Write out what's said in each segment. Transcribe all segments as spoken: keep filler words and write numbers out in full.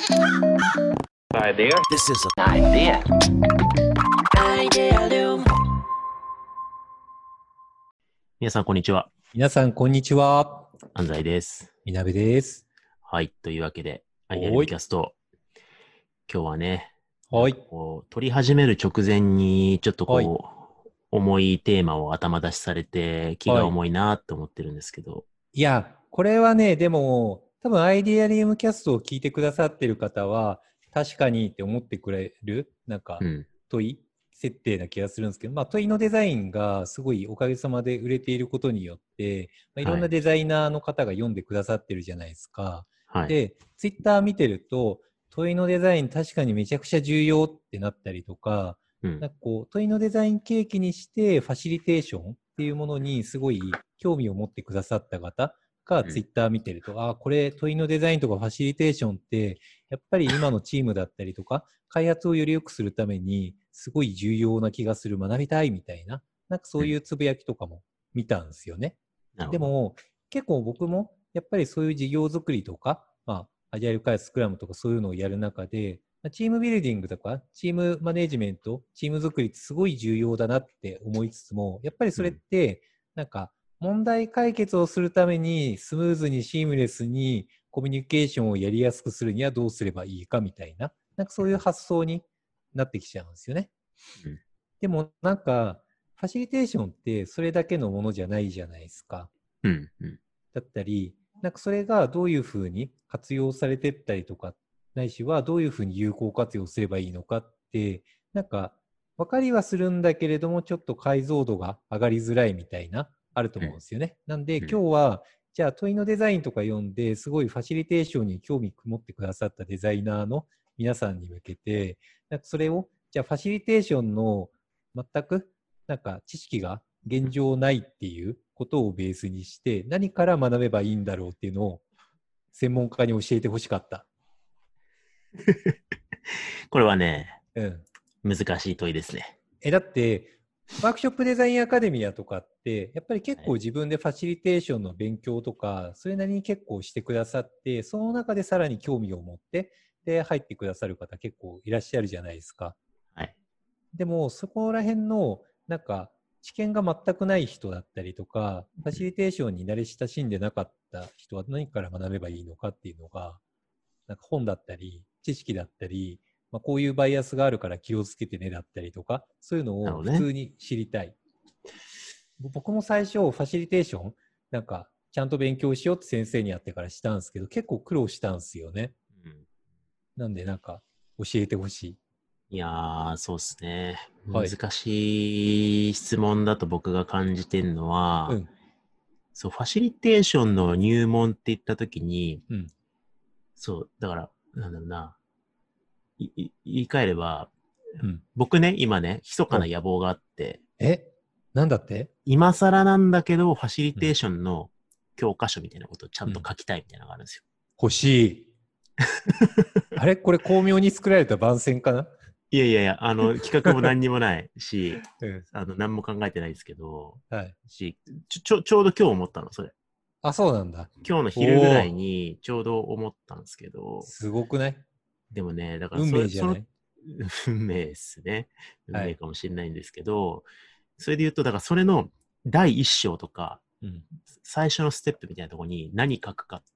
Idea. This is an idea. Idea. 皆さんこんにちは。 皆さんこんにちは。 安西です。 みなべです。 はい。というわけで、アイデアリムキャスト。今日はね、 はい。 こう撮り始める直前に、ちょっとこう、 はい、 重いテーマを頭出しされて、気が重いなって思ってるんですけど。はい、 いや、これはね、でも、多分アイデアリウムキャストを聞いてくださってる方は、確かにって思ってくれる、なんか、うん、問い設定な気がするんですけど、まあ、問いのデザインがすごいおかげさまで売れていることによって、まあ、いろんなデザイナーの方が読んでくださってるじゃないですか。はい、で、ツイッター見てると、問いのデザイン確かにめちゃくちゃ重要ってなったりとか、うん、なんかこう問いのデザイン契機にしてファシリテーションっていうものにすごい興味を持ってくださった方がツイッター見てると、うん、ああ、これ問いのデザインとかファシリテーションってやっぱり今のチームだったりとか開発をより良くするためにすごい重要な気がする、学びたいみたいな、なんかそういうつぶやきとかも見たんですよね。うん、でも結構僕もやっぱりそういう事業作りとか、まあ、アジャイル開発スクラムとかそういうのをやる中で、チームビルディングとかチームマネジメント、チーム作りってすごい重要だなって思いつつも、やっぱりそれってなんか問題解決をするためにスムーズにシームレスにコミュニケーションをやりやすくするにはどうすればいいかみたいな、なんかそういう発想になってきちゃうんですよね。うん、でもなんかファシリテーションってそれだけのものじゃないじゃないですか。 うんうん、 だったり、なんかそれがどういうふうに活用されてったりとか、ないしはどういうふうに有効活用すればいいのかって、なんか分かりはするんだけれども、ちょっと解像度が上がりづらいみたいな、あると思うんですよね。うん、なんで今日は、じゃあ問いのデザインとか読んで、すごいファシリテーションに興味持ってくださったデザイナーの皆さんに向けて、なんかそれを、じゃあファシリテーションの全くなんか知識が現状ないっていうことをベースにして何から学べばいいんだろうっていうのを専門家に教えてほしかった。 これはね、 うん、 難しい問いですね。 えだってワークショップデザインアカデミアとかってやっぱり結構自分でファシリテーションの勉強とかそれなりに結構してくださって、その中でさらに興味を持ってで入ってくださる方結構いらっしゃるじゃないですか。 はい、 でもそこら辺のなんか知見が全くない人だったりとか、ファシリテーションに慣れ親しんでなかった人は何から学べばいいのかっていうのが、なんか本だったり、知識だったり、まあ、こういうバイアスがあるから気をつけてねだったりとか、そういうのを普通に知りたい。ね、僕も最初、ファシリテーション、なんかちゃんと勉強しようって先生にやってからしたんですけど、結構苦労したんですよね。うん、なんでなんか教えてほしい。 いやー、そうですね。難しい質問だと僕が感じてるのは、はい、うん、そう、ファシリテーションの入門って言ったときに、うん、そう、だから、なんだろうな、いい言い換えれば、うん、僕ね、今ね、密かな野望があって、 えなんだって今更なんだけど、ファシリテーションの教科書みたいなことをちゃんと書きたいみたいなのがあるんですよ。 うん、欲しい。あれこれ巧妙に作られた番宣かな。 いやいやいや、あの、企画も何にもないし、うん、あの、何も考えてないですけど、はい。し、ちょ、ちょ、ちょうど今日思ったの、それ。 あ、そうなんだ。 今日の昼ぐらいにちょうど思ったんですけど。 すごくない？ でもね、だからそれ、運命じゃない？ 運命ですね。運命かもしれないんですけど、はい、それで言うと、だからそれの第一章とか、うん、最初のステップみたいなところに何書くかって、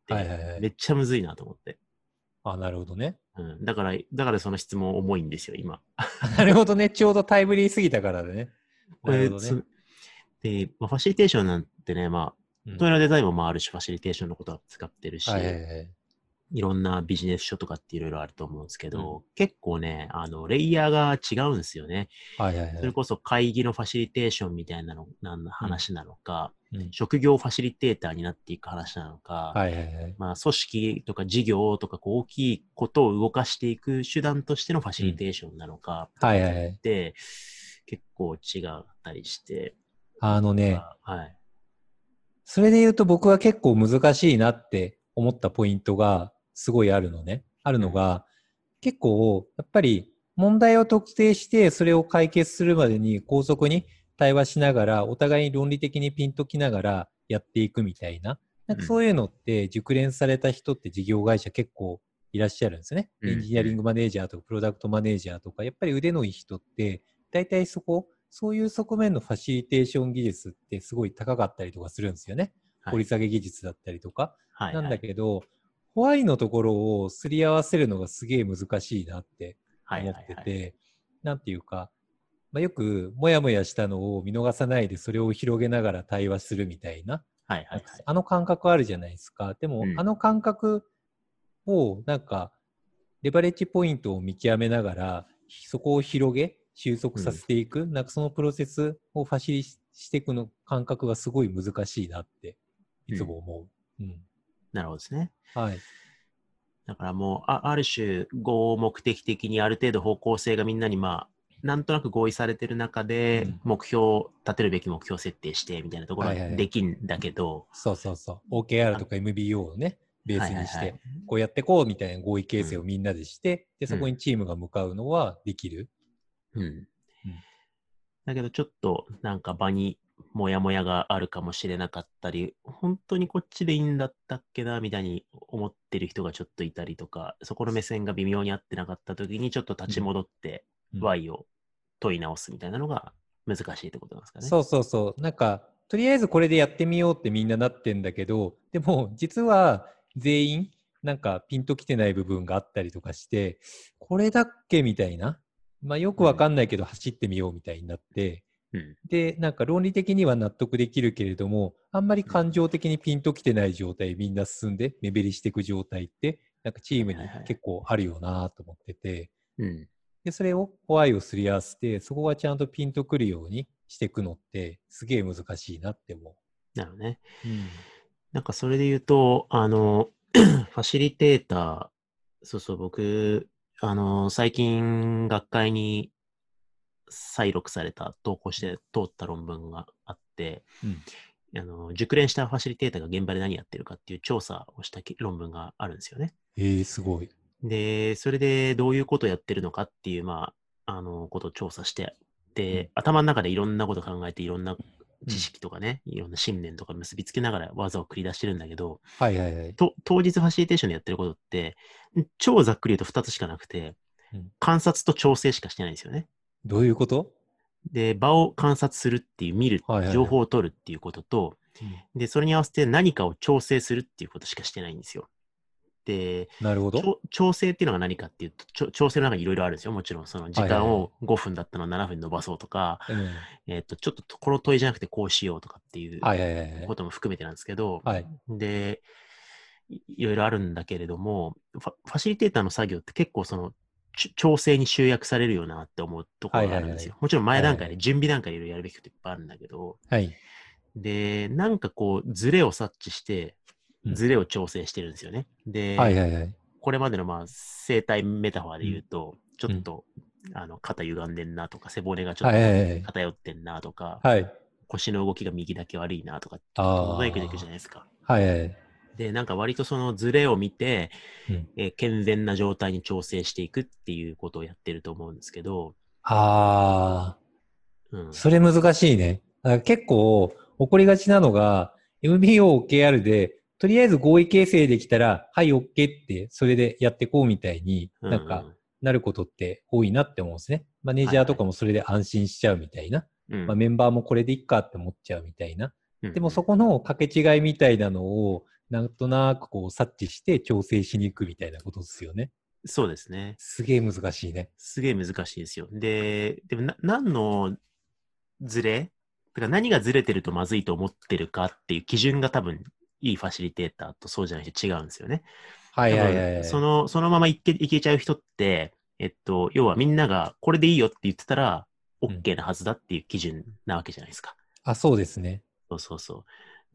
めっちゃむずいなと思って。 あ、なるほどね。 うん、だから、だからその質問重いんですよ、今。 なるほどね。ちょうどタイムリーすぎたからね。なるほどね。 で、まあ、ファシリテーションなんてね、まあ、トイレデザインもあるし、ファシリテーションのことは使ってるし、はいはいはい、いろんなビジネス書とかっていろいろあると思うんですけど、うん、結構ね、あの、レイヤーが違うんですよね。はいはいはい、それこそ会議のファシリテーションみたいなの、なん話なのか、うん、職業ファシリテーターになっていく話なのか、はいはいはい、まあ、組織とか事業とかこう大きいことを動かしていく手段としてのファシリテーションなのか、うん、はいはいはい、で、結構違ったりして、 あのね、 はい。 それで言うと僕は結構難しいなって思ったポイントがすごいあるのね。あるのが、うん、結構やっぱり問題を特定してそれを解決するまでに高速に対話しながらお互いに論理的にピンときながらやっていくみたいな。なんかそういうのって熟練された人って事業会社結構いらっしゃるんですよね。エンジニアリングマネージャーとかプロダクトマネージャーとか、やっぱり腕のいい人って、大体そこ、そういう側面のファシリテーション技術ってすごい高かったりとかするんですよね。はい、掘り下げ技術だったりとか。はいはい、なんだけど、ホワイのところをすり合わせるのがすげえ難しいなって思ってて、はいはいはい、なんていうか、まあ、よくもやもやしたのを見逃さないでそれを広げながら対話するみたいな、はいはいはい、あの感覚あるじゃないですか。でも、うん、あの感覚をなんかレバレッジポイントを見極めながらそこを広げ収束させていく、うん、なんかそのプロセスをファシリしていくの感覚がすごい難しいなっていつも思う。うんうん、 なるほどですね。 はい。 だからもう あ, ある種合目的的にある程度方向性がみんなにまあなんとなく合意されてる中で目標、立てるべき目標設定してみたいなところはできんだけど、はいはいはい、 そうそうそう オーケーアール とか エムビーオー をねベースにして、はいはいはい、こうやってこうみたいな合意形成をみんなでして、うん、でそこにチームが向かうのはできる、 うんうん、だけどちょっとなんか場にもやもやがあるかもしれなかったり、本当にこっちでいいんだったっけなみたいに思ってる人がちょっといたりとか、そこの目線が微妙に合ってなかった時にちょっと立ち戻って Y を問い直すみたいなのが難しいってことなんですかね。 そうそうそう。なんかとりあえずこれでやってみようってみんななってんだけど、でも実は全員なんかピンときてない部分があったりとかして、これだっけみたいな、まあよくわかんないけど走ってみようみたいになって、うん、でなんか論理的には納得できるけれども、あんまり感情的にピンときてない状態、みんな進んで目減りしていく状態ってなんかチームに結構あるよなと思ってて、うん、でそれをホワイをすり合わせて、そこがちゃんとピンとくるようにしていくのってすげえ難しいなって思う。 なるほどね。うん、なんかそれで言うと、あの、ファシリテーター、そうそう、僕、あの、最近学会に再録された、投稿して通った論文があって、うん、あの熟練したファシリテーターが現場で何やってるかっていう調査をした論文があるんですよね。 えー、すごい。 で、それでどういうことをやってるのかっていう、まあ、あの、ことを調査して、で、うん、頭の中でいろんなこと考えて、いろんな知識とかね、うん、いろんな信念とか結びつけながら技を繰り出してるんだけど、 はいはいはい。 と当日ファシリテーションでやってることって、超ざっくり言うとふたつしかなくて、うん、観察と調整しかしてないんですよね。 どういうこと？ で、場を観察するっていう、見る、はいはいはい、情報を取るっていうことと、うん、で、それに合わせて何かを調整するっていうことしかしてないんですよ。で、 なるほど。 調整っていうのが何かっていうと、調整の中にいろいろあるんですよ。もちろん、その時間をごふんだったのをななふんに伸ばそうとか、はいはいはい、えっと、ちょっとこの問いじゃなくてこうしようとかっていうことも含めてなんですけど、はいはいはい、で、いろいろあるんだけれども、ファ、ファシリテーターの作業って結構その、調整に集約されるよなって思うところがあるんですよ。はいはいはい、もちろん前段階で準備段階でいろいろやるべきこといっぱいあるんだけど、はい、で、なんかこう、ズレを察知して、ズレを調整してるんですよね。うん、で、はいはいはい、これまでのまあ生体メタファーで言うと、うん、ちょっと、うん、あの肩歪んでんなとか、背骨がちょっと偏ってんなとか、はいはいはい、腰の動きが右だけ悪いなとか、整えていくじゃないですか。はいはい、で、なんか割とそのズレを見て、うんえー、健全な状態に調整していくっていうことをやってると思うんですけど。 ああ、うん、それ難しいね。結構起こりがちなのが エムビーオー、オーケーアール でとりあえず合意形成できたらはい OK ってそれでやってこうみたいになんかなることって多いなって思うんですね。マネージャーとかもそれで安心しちゃうみたいな。はいはいまあ、メンバーもこれでいっかって思っちゃうみたいな。うん、でもそこの掛け違いみたいなのをなんとなくこう察知して調整しに行くみたいなことですよね。 そうですね。 すげえ難しいね。 すげえ難しいですよ。で、でもな何のズレだから何がズレてるとまずいと思ってるかっていう基準が多分いいファシリテーターとそうじゃない人違うんですよね。はいはいはい、はい。その、そのままいけ、いけちゃう人って、えっと、要はみんながこれでいいよって言ってたら OK なはずだっていう基準なわけじゃないですか。 うん、あ、そうですね。 そうそうそう。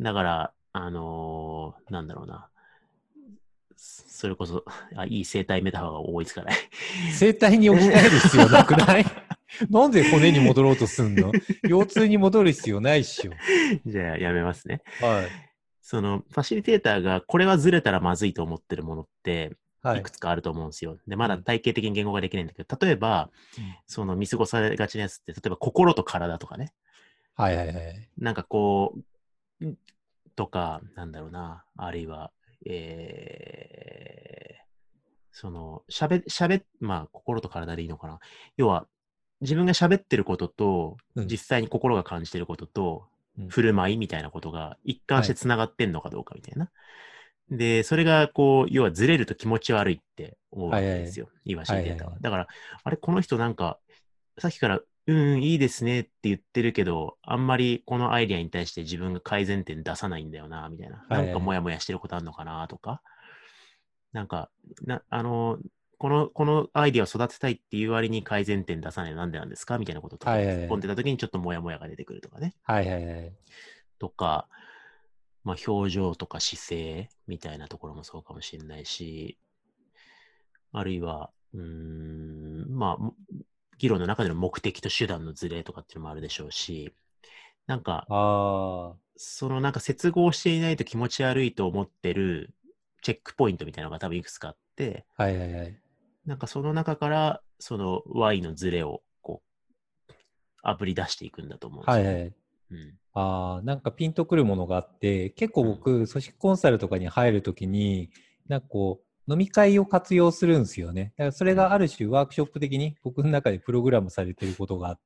だから、あのー、なんだろうな。それこそ、あいい生体メタファーが思いつかない。 生体に置き換える必要なくないなんで骨に戻ろうとすんの？腰痛に戻る必要ないっしょ。 じゃあやめますね。 はい。 その、ファシリテーターがこれはずれたらまずいと思ってるものって、いくつかあると思うんですよ。はい、で、まだ体系的に言語ができないんだけど、例えば、うん、その見過ごされがちなやつって、例えば心と体とかね。 はいはいはい。 なんかこう、とか、なんだろうな、あるいは、えその、喋、喋、まあ、心と体でいいのかな。要は、自分が喋ってることと、 うん、 実際に心が感じてることと、 うん、 振る舞いみたいなことが一貫してはい。 繋がってんのかどうかみたいな。で、それが、こう、要はずれると気持ち悪いって思うわはいはい。 けですよ。言いファシはいはい。 リテーターは。だから、あれ、この人なんか、さっきから、うん、いいですねって言ってるけど、あんまりこのアイディアに対して自分が改善点出さないんだよな、みたいな。なんかモヤモヤしてることあるのかな、とか。なんか、な、あの、この、このアイディアを育てたいっていう割に改善点出さないのなんでなんですかみたいなことを例えば突っ込んでた時にちょっとモヤモヤが出てくるとかね。 はいはいはい。 とか、まあ、表情とか姿勢みたいなところもそうかもしれないし、あるいは、うーん、まあ、議論の中での目的と手段のズレとかっていうのもあるでしょうし、なんか、 あそのなんか接合していないと気持ち悪いと思ってるチェックポイントみたいなのが多分いくつかあって、 あ、はいはいはい。 なんかその中からその Y のズレをこう、あぶり出していくんだと思うんですよね。 はいはい。 うん、 ああ、なんかピンとくるものがあって、結構うん、 僕、組織コンサルとかに入るときに、なんかこう、飲み会を活用するんですよね。だからそれがある種ワークショップ的に僕の中でプログラムされてることがあって、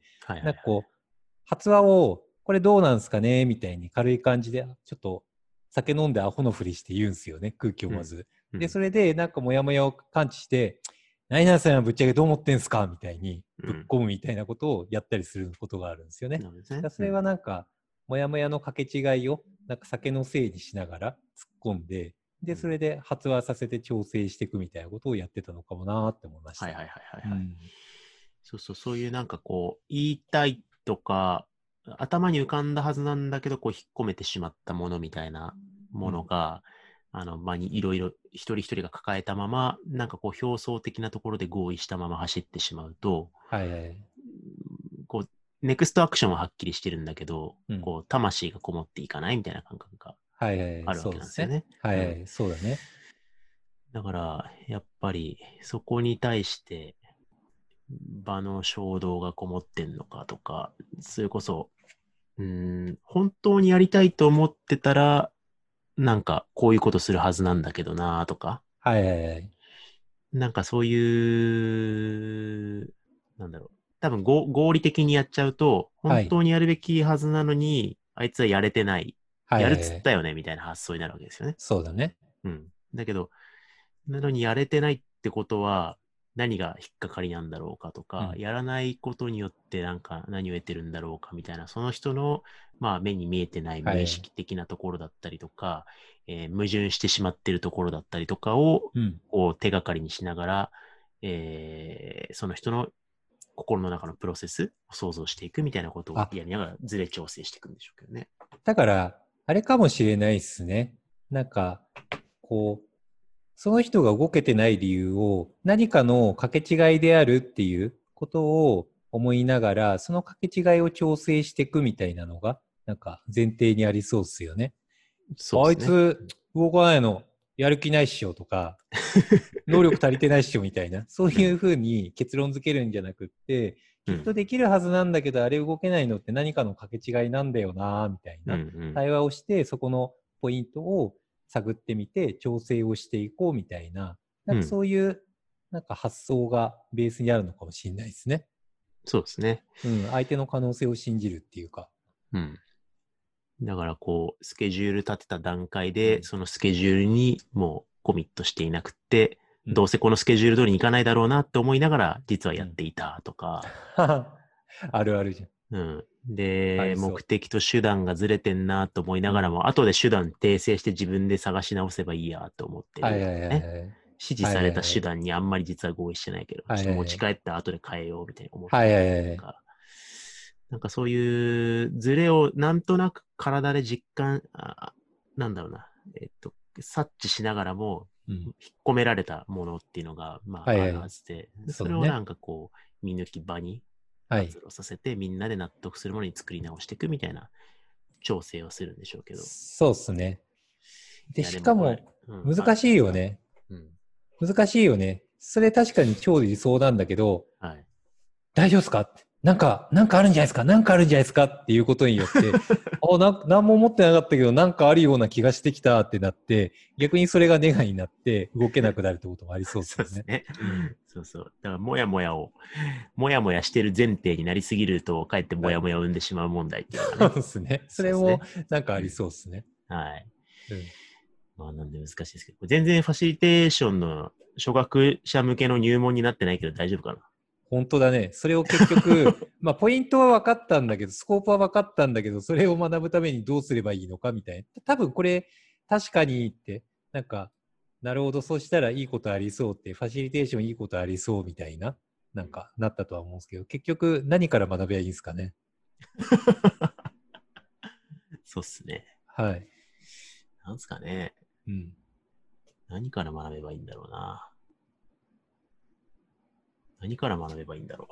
はいはいはい。 なんかこう、発話を、これどうなんすかねみたいに軽い感じで、ちょっと酒飲んでアホのふりして言うんですよね。空気をまず。 うん、 で、それでなんかモヤモヤを感知して、何々さんはぶっちゃけどう思ってんすかみたいにぶっ込むみたいなことをやったりすることがあるんですよね。 なるほどね。 だそれはなんか、モヤモヤの掛け違いをなんか酒のせいにしながら突っ込んで、で、それで発話させて調整していくみたいなことをやってたのかもなーって思いました。 はいはいはいはい、はい、 うん。 そうそう、そういうなんかこう、言いたいとか、頭に浮かんだはずなんだけど、こう引っ込めてしまったものみたいなものが、うん、あの、まあ、いろいろ一人一人が抱えたまま、なんかこう表層的なところで合意したまま走ってしまうと、 はいはい。 こう、ネクストアクションははっきりしてるんだけど、 うん、 こう、魂がこもっていかないみたいな感覚がはいはい、 あるわけなんですよね。 はいはい、うん、そうだね。 だから、やっぱり、そこに対して、場の衝動がこもってんのかとか、それこそ、うーん、本当にやりたいと思ってたら、なんかこういうことするはずなんだけどなとか、 はいはいはい。 なんかそういう、なんだろう。多分ご合理的にやっちゃうと、本当にやるべきはずなのに、はい、あいつはやれてない。 はいはいはい、 やるっつったよねみたいな発想になるわけですよね。 そうだね。 うん。だけど、なのにやれてないってことは、何が引っかかりなんだろうかとか、うん、やらないことによってなんか何を得てるんだろうかみたいな、その人の、まあ、目に見えてない無意識的なところだったりとか、はい、えー、矛盾してしまっているところだったりとかを、うん、こう手がかりにしながら、えー、その人の心の中のプロセスを想像していくみたいなことをやりながらずれ調整していくんでしょうけどね。 だから、あれかもしれないですね。なんか、こう、その人が動けてない理由を何かの掛け違いであるっていうことを思いながら、その掛け違いを調整していくみたいなのが、なんか前提にありそうですよね。そうですね。あいつ動かないのやる気ないっしょとか、能力足りてないっしょみたいな、そういうふうに結論付けるんじゃなくって、きっとできるはずなんだけど、あれ動けないのって何かの掛け違いなんだよなみたいな対話をして、そこのポイントを探ってみて調整をしていこうみたいな、なんかそういうなんか発想がベースにあるのかもしれないですね。 そうですね。 うん、相手の可能性を信じるっていうか。 うん。だからこう、スケジュール立てた段階で、うん、そのスケジュールにもうコミットしていなくて、うん、どうせこのスケジュール通りにいかないだろうなって思いながら、実はやっていたとか。 うん、あるあるじゃん。 うん。で、目的と手段がずれてんなと思いながらも、うん、後で手段訂正して自分で探し直せばいいやと思ってる、ね。はいはいはいはい、指示された手段にあんまり実は合意してないけど、はいはいはい、ちょっと持ち帰った後で変えようみたいに思ってるとか。はいはいはい、なんかそういうズレをなんとなく体で実感、あなんだろうな、えっと、察知しながらも、うん、引っ込められたものっていうのが、まあ、はいはい、あるはずで、それをなんかこう、見抜き場に発露させて、はい、みんなで納得するものに作り直していくみたいな調整をするんでしょうけど。 そうですね。で、しかも、難しいよね、うん。難しいよね。それ確かに超理想なんだけど、はい、大丈夫ですかって。 なんか、なんかあるんじゃないですかなんかあるんじゃないですかっていうことによって、あ、なんなんも思ってなかったけど、なんかあるような気がしてきたってなって、逆にそれがネガになって動けなくなるってこともありそうですよね。 そうですね。うん、そうそう。だから、もやもやを、もやもやしてる前提になりすぎると、かえってもやもやを生んでしまう問題っていうのがね。 そうですね。それも、なんかありそうですね。 はい。 うん、 まあ、なんで難しいですけど、全然ファシリテーションの初学者向けの入門になってないけど大丈夫かな。 本当だね。それを結局、まあ、ポイントは分かったんだけど、スコープは分かったんだけど、それを学ぶためにどうすればいいのかみたいな。多分これ、確かにって、なんか、なるほど、そうしたらいいことありそうって、ファシリテーションいいことありそうみたいな、なんか、なったとは思うんですけど、結局、何から学べばいいんですかね。 そうっすね。 はい。 なんすかね。 うん。 何から学べばいいんだろうな。何から学べばいいんだろ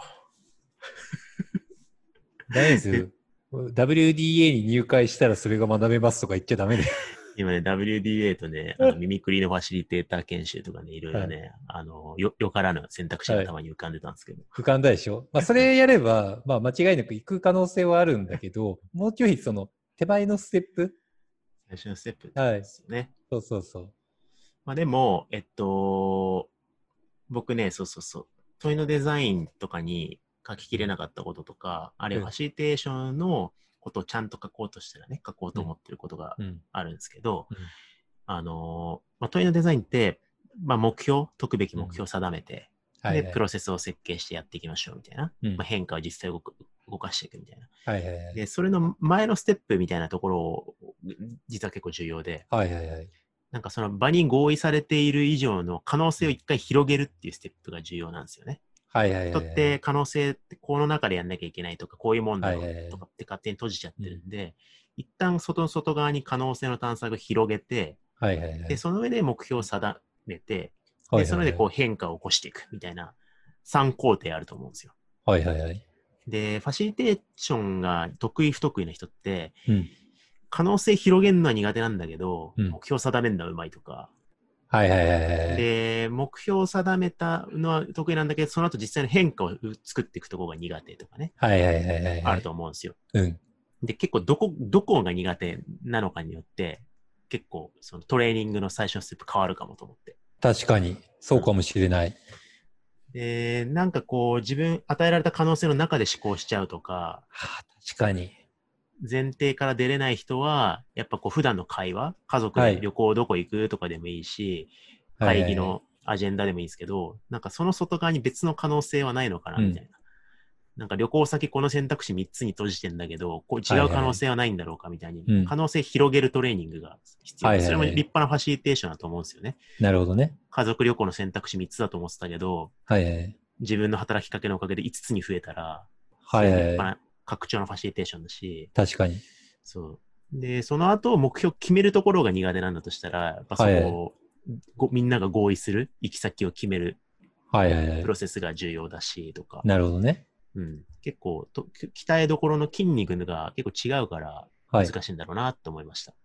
う。ダメですよ。ダブリューディーエー に入会したらそれが学べますとか言っちゃダメだよ。 今ね、ダブリューディーエー とね、あのミミクリのファシリテーター研修とかね、いろいろね、はい、あの、よ、よからぬ選択肢がたまに浮かんでたんですけど。はい、 浮かんだでしょまあ、それやれば、まあ、間違いなく行く可能性はあるんだけど、もうちょいその、手前のステップ最初のステップですよね。はい、 そうそうそう。 まあでも、えっと、僕ね、そうそうそう、問いのデザインとかに書ききれなかったこととか、あるいはファシリテーションのことをちゃんと書こうとしたらね、書こうと思ってることがあるんですけど、うんうん、あの、まあ、問いのデザインって、まあ、目標、解くべき目標を定めて、うんはいはい、で、プロセスを設計してやっていきましょうみたいな。うん、まあ、変化を実際動く動かしていくみたいな、はいはいはい。で、それの前のステップみたいなところを、実は結構重要で、はいはいはい。なんかその場に合意されている以上の可能性を一回広げるっていうステップが重要なんですよね。はいはいはい、はい。人って可能性ってこの中でやんなきゃいけないとか、こういうもんだろうとかって勝手に閉じちゃってるんで、はいはいはい、一旦外の外側に可能性の探索を広げて、はいはいはい、で、その上で目標を定めて、はいはいはい、で、その上でこう変化を起こしていくみたいなさん工程あると思うんですよ。はいはいはい。で、ファシリテーションが得意不得意な人って、うん、可能性広げるのは苦手なんだけど、うん、目標定めるのはうまいとか。はいはいはいはい。で、目標を定めたのは得意なんだけど、その後実際の変化を作っていくところが苦手とかね。はいはいはいはい。あると思うんですよ。うん。で、結構どこ、どこが苦手なのかによって、結構そのトレーニングの最初のステップ変わるかもと思って。確かに。そうかもしれない。うん、で、なんかこう、自分与えられた可能性の中で思考しちゃうとか。はあ、確かに。前提から出れない人は、やっぱこう普段の会話、家族で旅行どこ行くとかでもいいし、はい、会議のアジェンダでもいいですけど、はいはいはい、なんかその外側に別の可能性はないのかなみたいな。うん、なんか旅行先この選択肢みっつに閉じてんだけど、こう違う可能性はないんだろうかみたいに、はいはい、可能性広げるトレーニングが必要、はいはいはい。それも立派なファシリテーションだと思うんですよね。なるほどね。家族旅行の選択肢みっつだと思ってたけど、はいはい、自分の働きかけのおかげでいつつに増えたら、はいはいはい、立派な拡張のファシリテーションだし、確かに。そう。で、その後、目標決めるところが苦手なんだとしたら、やっぱそこを、はい、みんなが合意する行き先を決める、はいはいはい、プロセスが重要だし、とか。なるほどね。うん。結構と、鍛えどころの筋肉が結構違うから、難しいんだろうなと思いました。はい、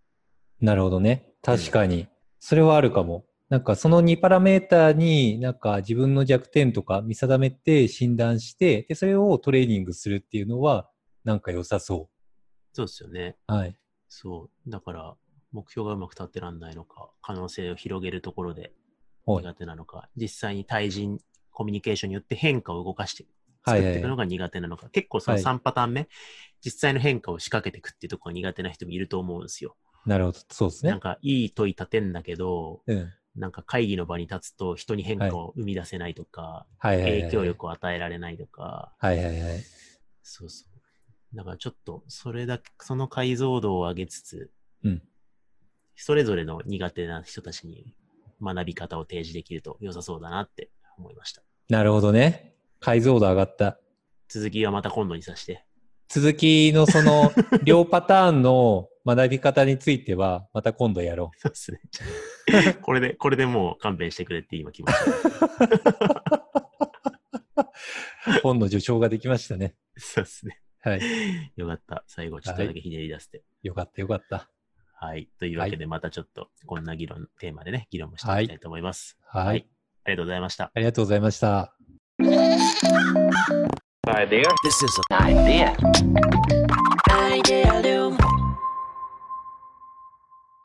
なるほどね。確かに。うん、それはあるかも。なんかそのにパラメーターになんか自分の弱点とか見定めて診断して、で、それをトレーニングするっていうのはなんか良さそう。そうですよね。はい。そう。だから、目標がうまく立ってらんないのか、可能性を広げるところで苦手なのか、実際に対人コミュニケーションによって変化を動かして作っていくのが苦手なのか、はいはいはい、結構そのさんパターン目、はい、実際の変化を仕掛けていくっていうところが苦手な人もいると思うんですよ。なるほど。そうですね。なんか、いい問い立てんだけど、うん、なんか会議の場に立つと人に変化を生み出せないとか、はい、影響力を与えられないとか、はいはいはい。そうそう。だからちょっと、それだけ、その解像度を上げつつ、うん、それぞれの苦手な人たちに学び方を提示できると良さそうだなって思いました。なるほどね。解像度上がった。続きはまた今度にさして。続きのその、両パターンの学び方については、また今度やろう。そうですね。これで、これでもう勘弁してくれって今気持ち本の受賞ができましたね。そうですね。はい。よかった。最後ちょっとだけひねり出して。はい、よかったよかった。はい。というわけで、またちょっとこんな議論、テーマでね、議論もしていきたいと思います。はい。はい。ありがとうございました。ありがとうございました。 idea? This is an idea. Idealium.